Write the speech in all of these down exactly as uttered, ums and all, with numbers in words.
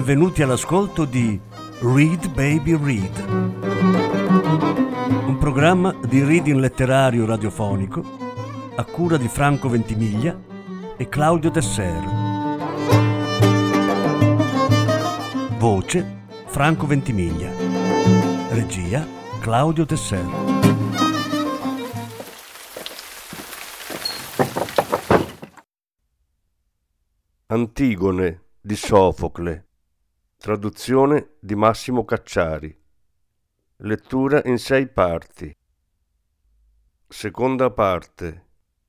benvenuti all'ascolto di Read Baby Read, un programma di reading letterario radiofonico a cura di Franco Ventimiglia e Claudio Desser. Voce Franco Ventimiglia. Regia Claudio Desser. Antigone di Sofocle. Traduzione di Massimo Cacciari. Lettura in sei parti. Seconda parte.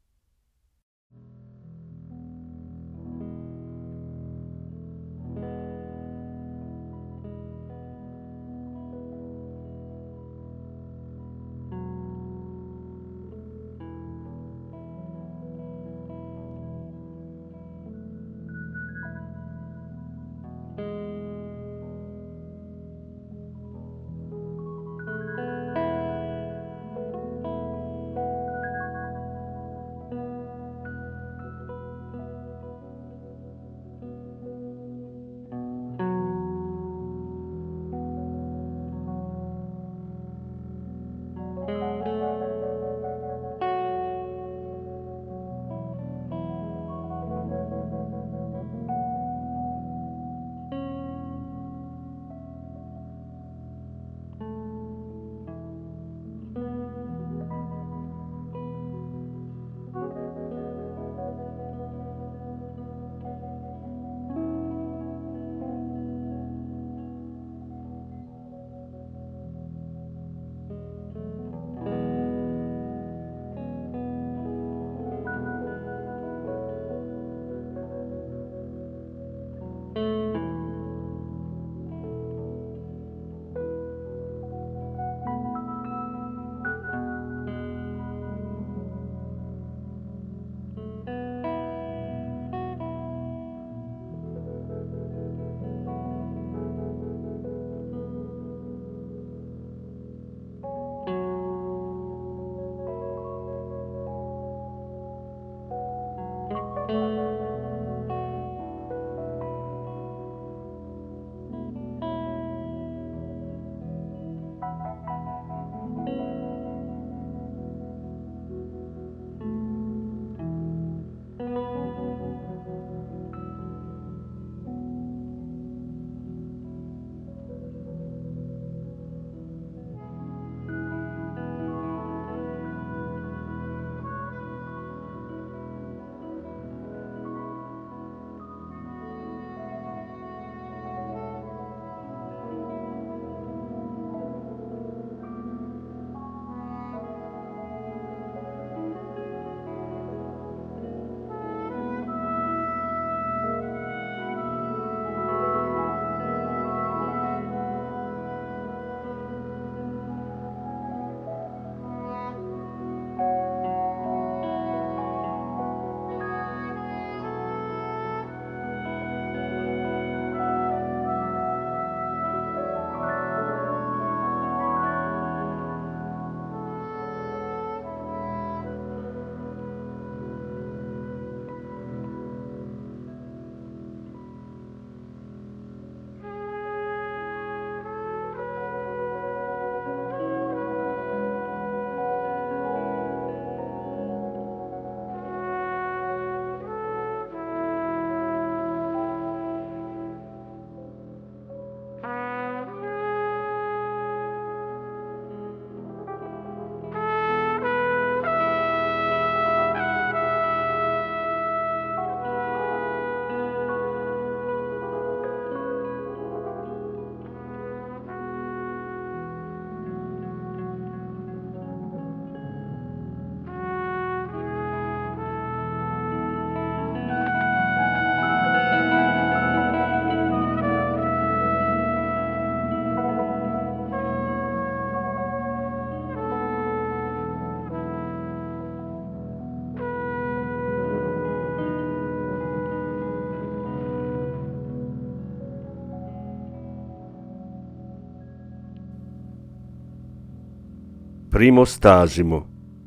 Primo stasimo.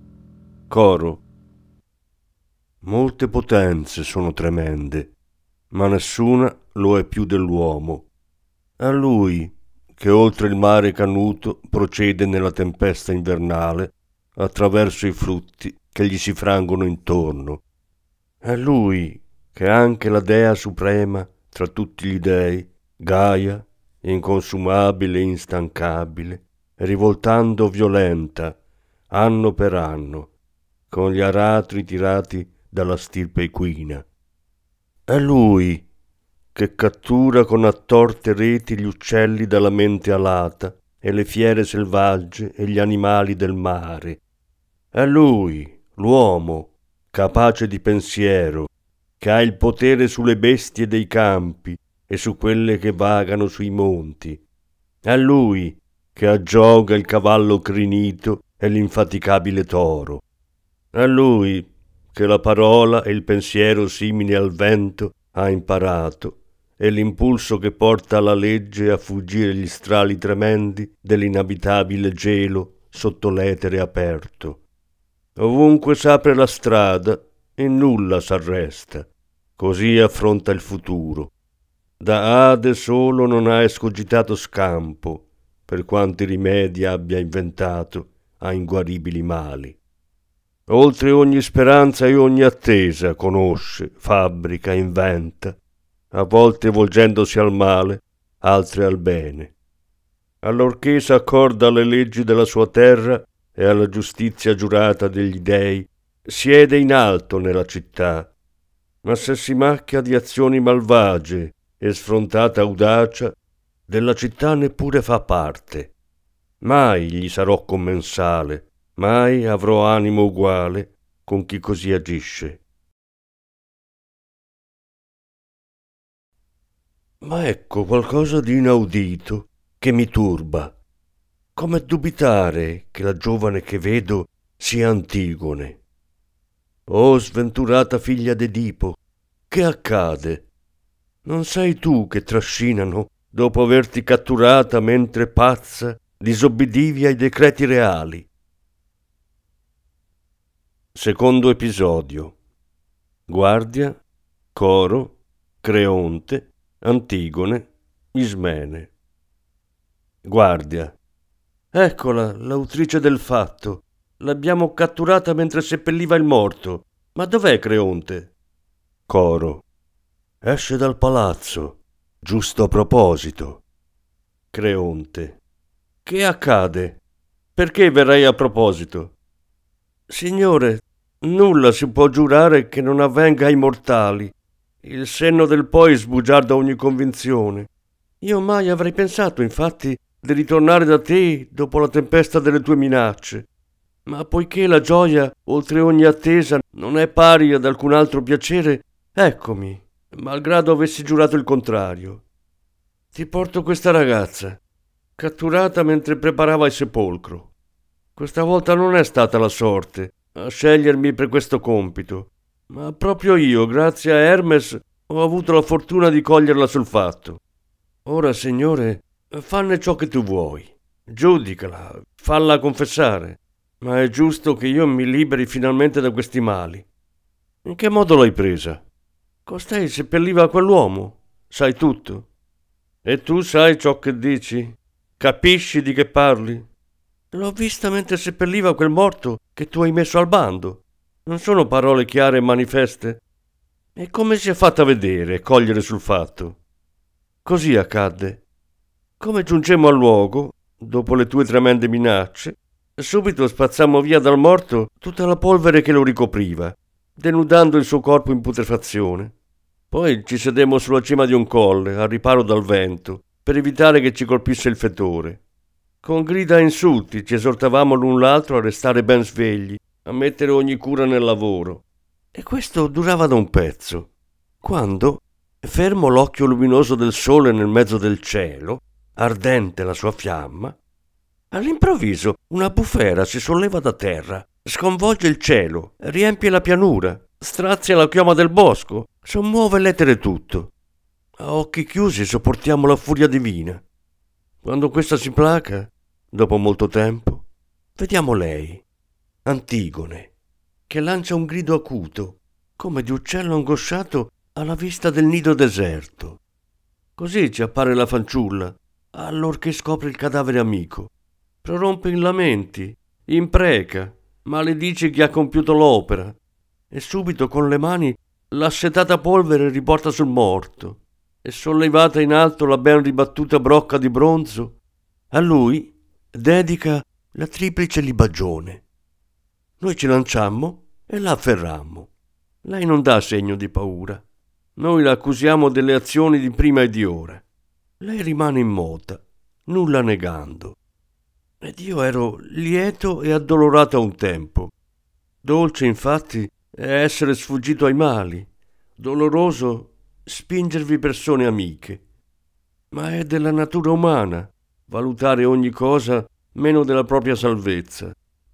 Coro. Molte potenze sono tremende, ma nessuna lo è più dell'uomo. A lui, che oltre il mare canuto procede nella tempesta invernale, attraverso i frutti che gli si frangono intorno. A lui, che è anche la dea suprema tra tutti gli dei, Gaia, inconsumabile e instancabile, rivoltando violenta, anno per anno, con gli aratri tirati dalla stirpe equina. È lui che cattura con attorte reti gli uccelli dalla mente alata e le fiere selvagge e gli animali del mare. È lui, l'uomo, capace di pensiero, che ha il potere sulle bestie dei campi e su quelle che vagano sui monti. È lui che aggioga il cavallo crinito e l'infaticabile toro. È lui che la parola e il pensiero simili al vento ha imparato e l'impulso che porta alla legge a fuggire gli strali tremendi dell'inabitabile gelo sotto l'etere aperto. Ovunque s'apre la strada e nulla s'arresta, così affronta il futuro. Da Ade solo non ha escogitato scampo, per quanti rimedi abbia inventato a inguaribili mali. Oltre ogni speranza e ogni attesa conosce, fabbrica, inventa, a volte volgendosi al male, altre al bene. Allorché s'accorda alle leggi della sua terra e alla giustizia giurata degli dei, siede in alto nella città, ma se si macchia di azioni malvagie e sfrontata audacia, della città neppure fa parte. Mai gli sarò commensale, mai avrò animo uguale con chi così agisce. Ma ecco qualcosa di inaudito che mi turba. Come dubitare che la giovane che vedo sia Antigone? Oh sventurata figlia d'Edipo, che accade? Non sei tu che trascinano, dopo averti catturata mentre pazza, disobbidivi ai decreti reali? Secondo episodio. Guardia, Coro, Creonte, Antigone, Ismene. Guardia. Eccola, l'autrice del fatto. L'abbiamo catturata mentre seppelliva il morto. Ma dov'è Creonte? Coro. Esce dal palazzo, giusto a proposito. Creonte. Che accade? Perché verrei a proposito? Signore, nulla si può giurare che non avvenga ai mortali. Il senno del poi sbugiarda ogni convinzione. Io mai avrei pensato, infatti, di ritornare da te dopo la tempesta delle tue minacce. Ma poiché la gioia, oltre ogni attesa, non è pari ad alcun altro piacere, eccomi, malgrado avessi giurato il contrario. Ti porto questa ragazza, catturata mentre preparava il sepolcro. Questa volta non è stata la sorte a scegliermi per questo compito, ma proprio io, grazie a Hermes, ho avuto la fortuna di coglierla sul fatto. Ora, Signore, fanne ciò che tu vuoi. Giudicala, falla confessare, ma è giusto che io mi liberi finalmente da questi mali. In che modo l'hai presa? Costei seppelliva quell'uomo, sai tutto. E tu sai ciò che dici? Capisci di che parli? L'ho vista mentre seppelliva quel morto che tu hai messo al bando. Non sono parole chiare e manifeste? E come si è fatta vedere e cogliere sul fatto? Così accadde. Come giuncemmo al luogo, dopo le tue tremende minacce, subito spazzammo via dal morto tutta la polvere che lo ricopriva, denudando il suo corpo in putrefazione. Poi ci sedemmo sulla cima di un colle, al riparo dal vento, per evitare che ci colpisse il fetore. Con grida e insulti ci esortavamo l'un l'altro a restare ben svegli, a mettere ogni cura nel lavoro. E questo durava da un pezzo, quando, fermo l'occhio luminoso del sole nel mezzo del cielo, ardente la sua fiamma, all'improvviso una bufera si solleva da terra, sconvolge il cielo, riempie la pianura, strazia la chioma del bosco, sommuove l'etere tutto. A occhi chiusi sopportiamo la furia divina. Quando questa si placa, dopo molto tempo, vediamo lei, Antigone, che lancia un grido acuto, come di uccello angosciato alla vista del nido deserto. Così ci appare la fanciulla, allorché scopre il cadavere amico. Prorompe in lamenti, impreca, maledice chi ha compiuto l'opera e subito con le mani l'assetata polvere riporta sul morto e sollevata in alto la ben ribattuta brocca di bronzo, a lui dedica la triplice libagione. Noi ci lanciammo e la afferrammo. Lei non dà segno di paura. Noi la accusiamo delle azioni di prima e di ora. Lei rimane immota, nulla negando. Ed io ero lieto e addolorato a un tempo. Dolce, infatti, è essere sfuggito ai mali, doloroso spingervi persone amiche. Ma è della natura umana valutare ogni cosa meno della propria salvezza.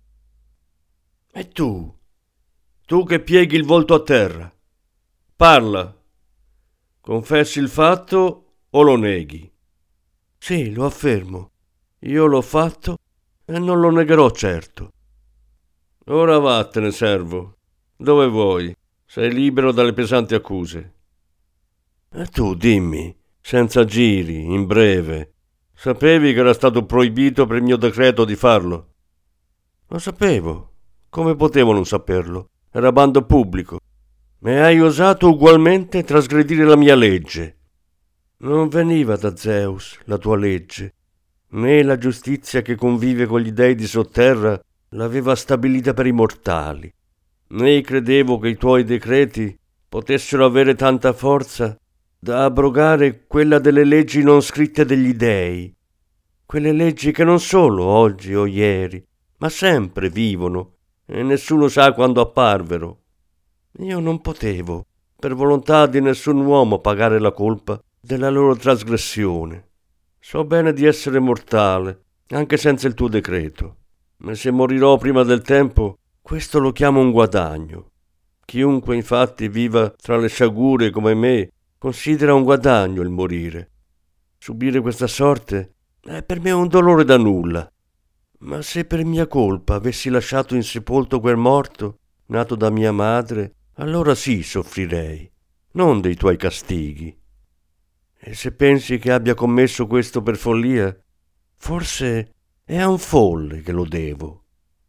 E tu, tu che pieghi il volto a terra, parla, confessi il fatto o lo neghi? Sì, lo affermo, io l'ho fatto e non lo negherò certo. Ora vattene, servo, dove vuoi, sei libero dalle pesanti accuse. E tu dimmi, senza giri, in breve, sapevi che era stato proibito per mio decreto di farlo? Lo sapevo. Come potevo non saperlo? Era bando pubblico. E hai osato ugualmente trasgredire la mia legge. Non veniva da Zeus la tua legge, né la giustizia che convive con gli dei di sotterra l'aveva stabilita per i mortali, né credevo che i tuoi decreti potessero avere tanta forza da abrogare quella delle leggi non scritte degli dei, quelle leggi che non solo oggi o ieri, ma sempre vivono e nessuno sa quando apparvero. Io non potevo, per volontà di nessun uomo, pagare la colpa della loro trasgressione. So bene di essere mortale, anche senza il tuo decreto. Ma se morirò prima del tempo, questo lo chiamo un guadagno. Chiunque infatti viva tra le sciagure come me, considera un guadagno il morire. Subire questa sorte è per me un dolore da nulla. Ma se per mia colpa avessi lasciato insepolto quel morto, nato da mia madre, allora sì soffrirei, non dei tuoi castighi. E se pensi che abbia commesso questo per follia, forse è a un folle che lo devo.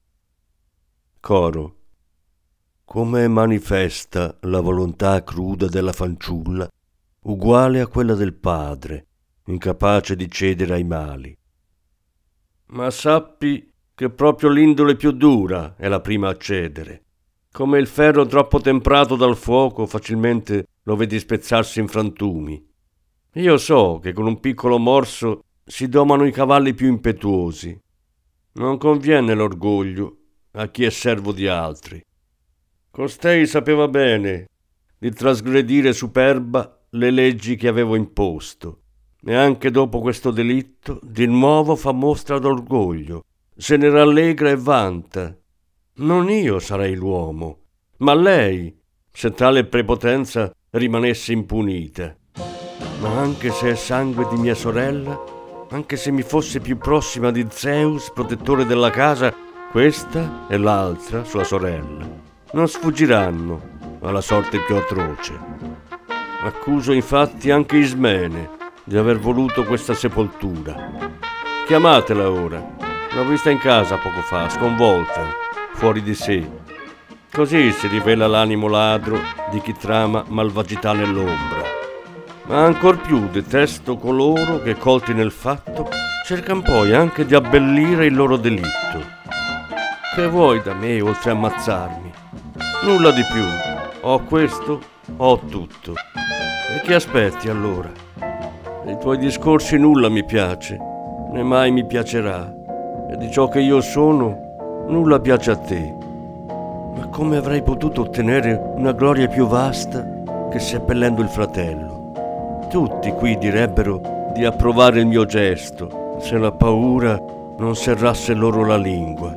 Coro. Come è manifesta la volontà cruda della fanciulla, uguale a quella del padre, incapace di cedere ai mali. Ma sappi che proprio l'indole più dura è la prima a cedere. Come il ferro troppo temprato dal fuoco facilmente lo vedi spezzarsi in frantumi. Io so che con un piccolo morso si domano i cavalli più impetuosi. Non conviene l'orgoglio a chi è servo di altri. Costei sapeva bene di trasgredire superba le leggi che avevo imposto. E anche dopo questo delitto di nuovo fa mostra d'orgoglio, se ne rallegra e vanta. Non io sarei l'uomo, ma lei, se tale prepotenza rimanesse impunita. Ma anche se è sangue di mia sorella, anche se mi fosse più prossima di Zeus, protettore della casa, questa e l'altra, sua sorella, non sfuggiranno alla sorte più atroce. Accuso infatti anche Ismene di aver voluto questa sepoltura. Chiamatela ora. L'ho vista in casa poco fa, sconvolta, fuori di sé. Così si rivela l'animo ladro di chi trama malvagità nell'ombra. Ma ancor più detesto coloro che, colti nel fatto, cercan poi anche di abbellire il loro delitto. Che vuoi da me oltre a ammazzarmi? Nulla di più. Ho questo, ho tutto. E che aspetti allora? Dei tuoi discorsi nulla mi piace, né mai mi piacerà, e di ciò che io sono nulla piace a te. Ma come avrei potuto ottenere una gloria più vasta che seppellendo il fratello? Tutti qui direbbero di approvare il mio gesto, se la paura non serrasse loro la lingua.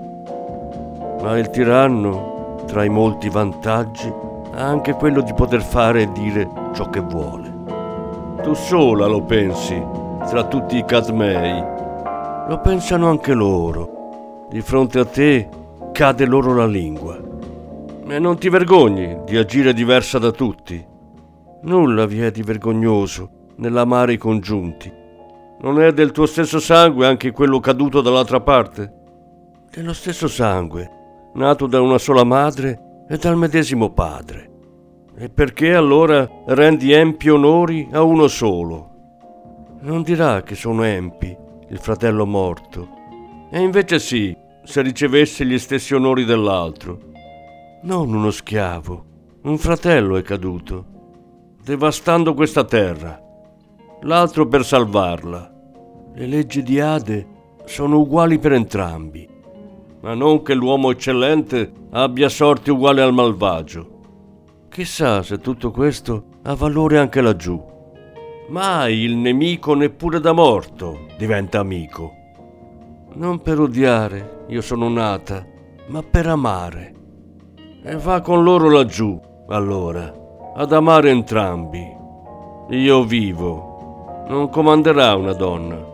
Ma il tiranno, tra i molti vantaggi, ha anche quello di poter fare e dire ciò che vuole. Tu sola lo pensi, tra tutti i Cadmei. Lo pensano anche loro. Di fronte a te cade loro la lingua. E non ti vergogni di agire diversa da tutti? Nulla vi è di vergognoso nell'amare i congiunti. Non è del tuo stesso sangue anche quello caduto dall'altra parte? Dello stesso sangue, nato da una sola madre e dal medesimo padre. E perché allora rendi empi onori a uno solo? Non dirà che sono empi, il fratello morto. E invece sì, se ricevesse gli stessi onori dell'altro. Non uno schiavo, un fratello è caduto, devastando questa terra, l'altro per salvarla. Le leggi di Ade sono uguali per entrambi, ma non che l'uomo eccellente abbia sorte uguale al malvagio. Chissà se tutto questo ha valore anche laggiù. Mai il nemico neppure da morto diventa amico. Non per odiare io sono nata, ma per amare. E va con loro laggiù, allora, ad amare entrambi. Io vivo, non comanderà una donna.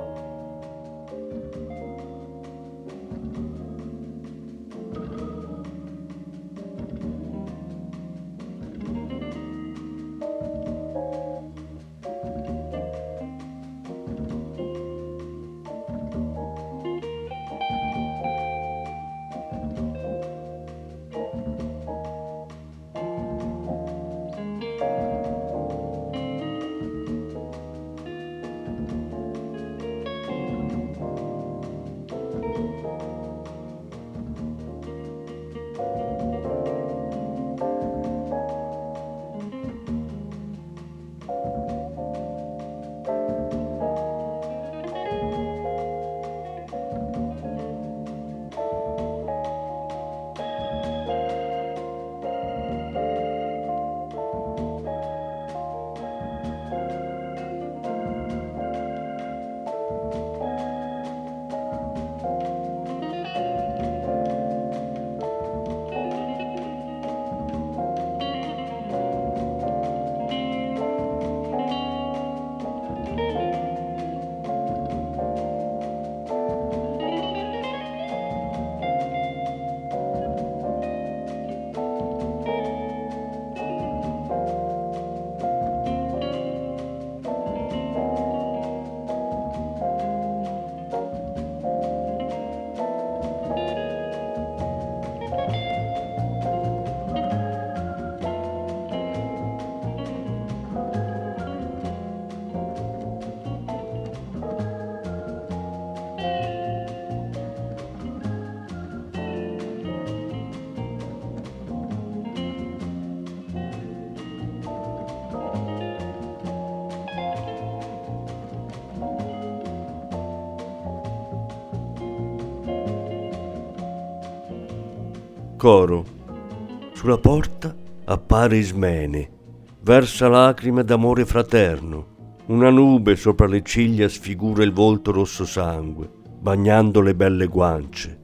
Coro. Sulla porta appare Ismene, versa lacrime d'amore fraterno. Una nube sopra le ciglia sfigura il volto rosso sangue, bagnando le belle guance.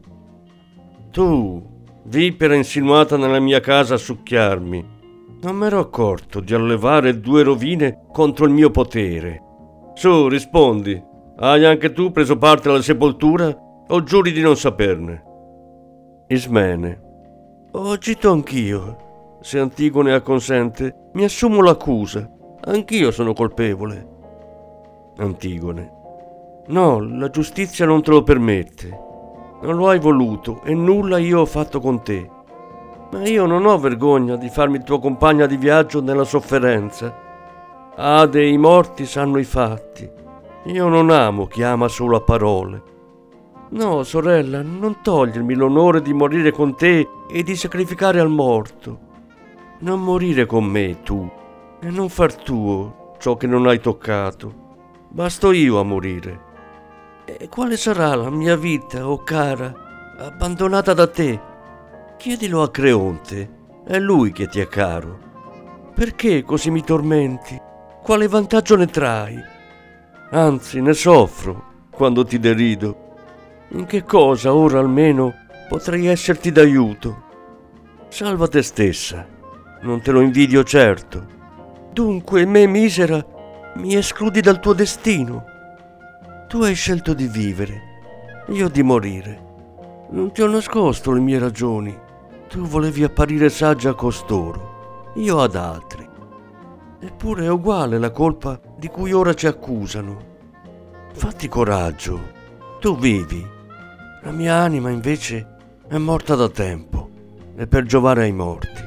Tu, vipera insinuata nella mia casa a succhiarmi, non m'ero accorto di allevare due rovine contro il mio potere. Su, rispondi, hai anche tu preso parte alla sepoltura o giuri di non saperne? Ismene. Ho agito anch'io. Se Antigone acconsente, mi assumo l'accusa. Anch'io sono colpevole. Antigone. No, la giustizia non te lo permette. Non lo hai voluto e nulla io ho fatto con te. Ma io non ho vergogna di farmi tua compagna di viaggio nella sofferenza. Ade e i morti sanno i fatti. Io non amo chi ama solo a parole. No, sorella, non togliermi l'onore di morire con te e di sacrificare al morto. Non morire con me, tu, e non far tuo ciò che non hai toccato. Basto io a morire. E quale sarà la mia vita, o cara, abbandonata da te? Chiedilo a Creonte, è lui che ti è caro. Perché così mi tormenti? Quale vantaggio ne trai? Anzi, ne soffro quando ti derido. In che cosa ora almeno potrei esserti d'aiuto? Salva te stessa, non te lo invidio certo. Dunque me misera mi escludi dal tuo destino. Tu hai scelto di vivere, io di morire. Non ti ho nascosto le mie ragioni. Tu volevi apparire saggia a costoro, io ad altri. Eppure è uguale la colpa di di cui ora ci accusano. Fatti coraggio, tu vivi. La mia anima invece è morta da tempo, è per giovare ai morti.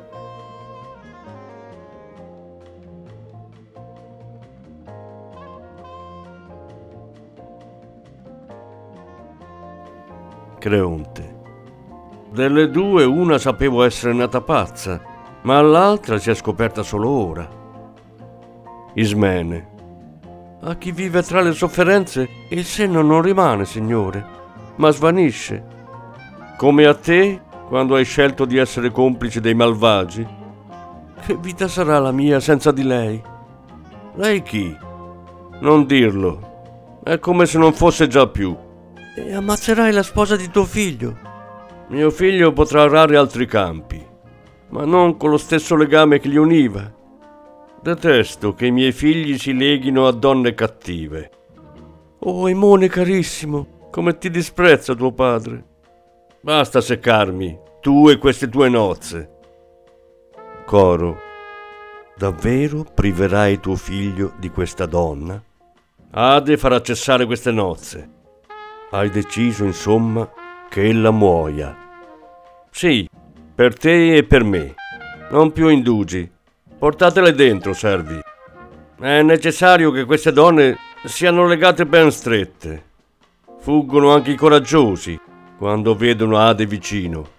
Creonte. Delle due una sapevo essere nata pazza, ma l'altra si è scoperta solo ora. Ismene. A chi vive tra le sofferenze il senno non rimane, Signore, ma svanisce. Come a te, quando hai scelto di essere complice dei malvagi. Che vita sarà la mia senza di lei? Lei chi? Non dirlo. È come se non fosse già più. E ammazzerai la sposa di tuo figlio. Mio figlio potrà arare altri campi, ma non con lo stesso legame che li univa. Detesto che i miei figli si leghino a donne cattive. Oh, Aimone carissimo, come ti disprezza tuo padre. Basta seccarmi, tu e queste tue nozze. Coro. Davvero priverai tuo figlio di questa donna? Ade farà cessare queste nozze. Hai deciso, insomma, che ella muoia. Sì, per te e per me. Non più indugi. Portatele dentro, servi. È necessario che queste donne siano legate ben strette. Fuggono anche i coraggiosi quando vedono Ade vicino.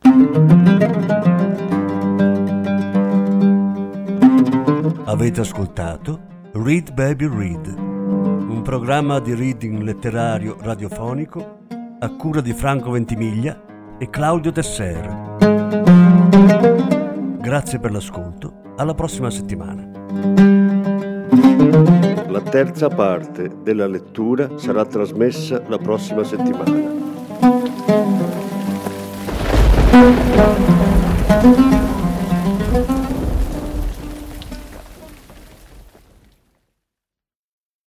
Avete ascoltato Read Baby Read, un programma di reading letterario radiofonico a cura di Franco Ventimiglia e Claudio Tesser. Grazie per l'ascolto, alla prossima settimana. La terza parte della lettura sarà trasmessa la prossima settimana.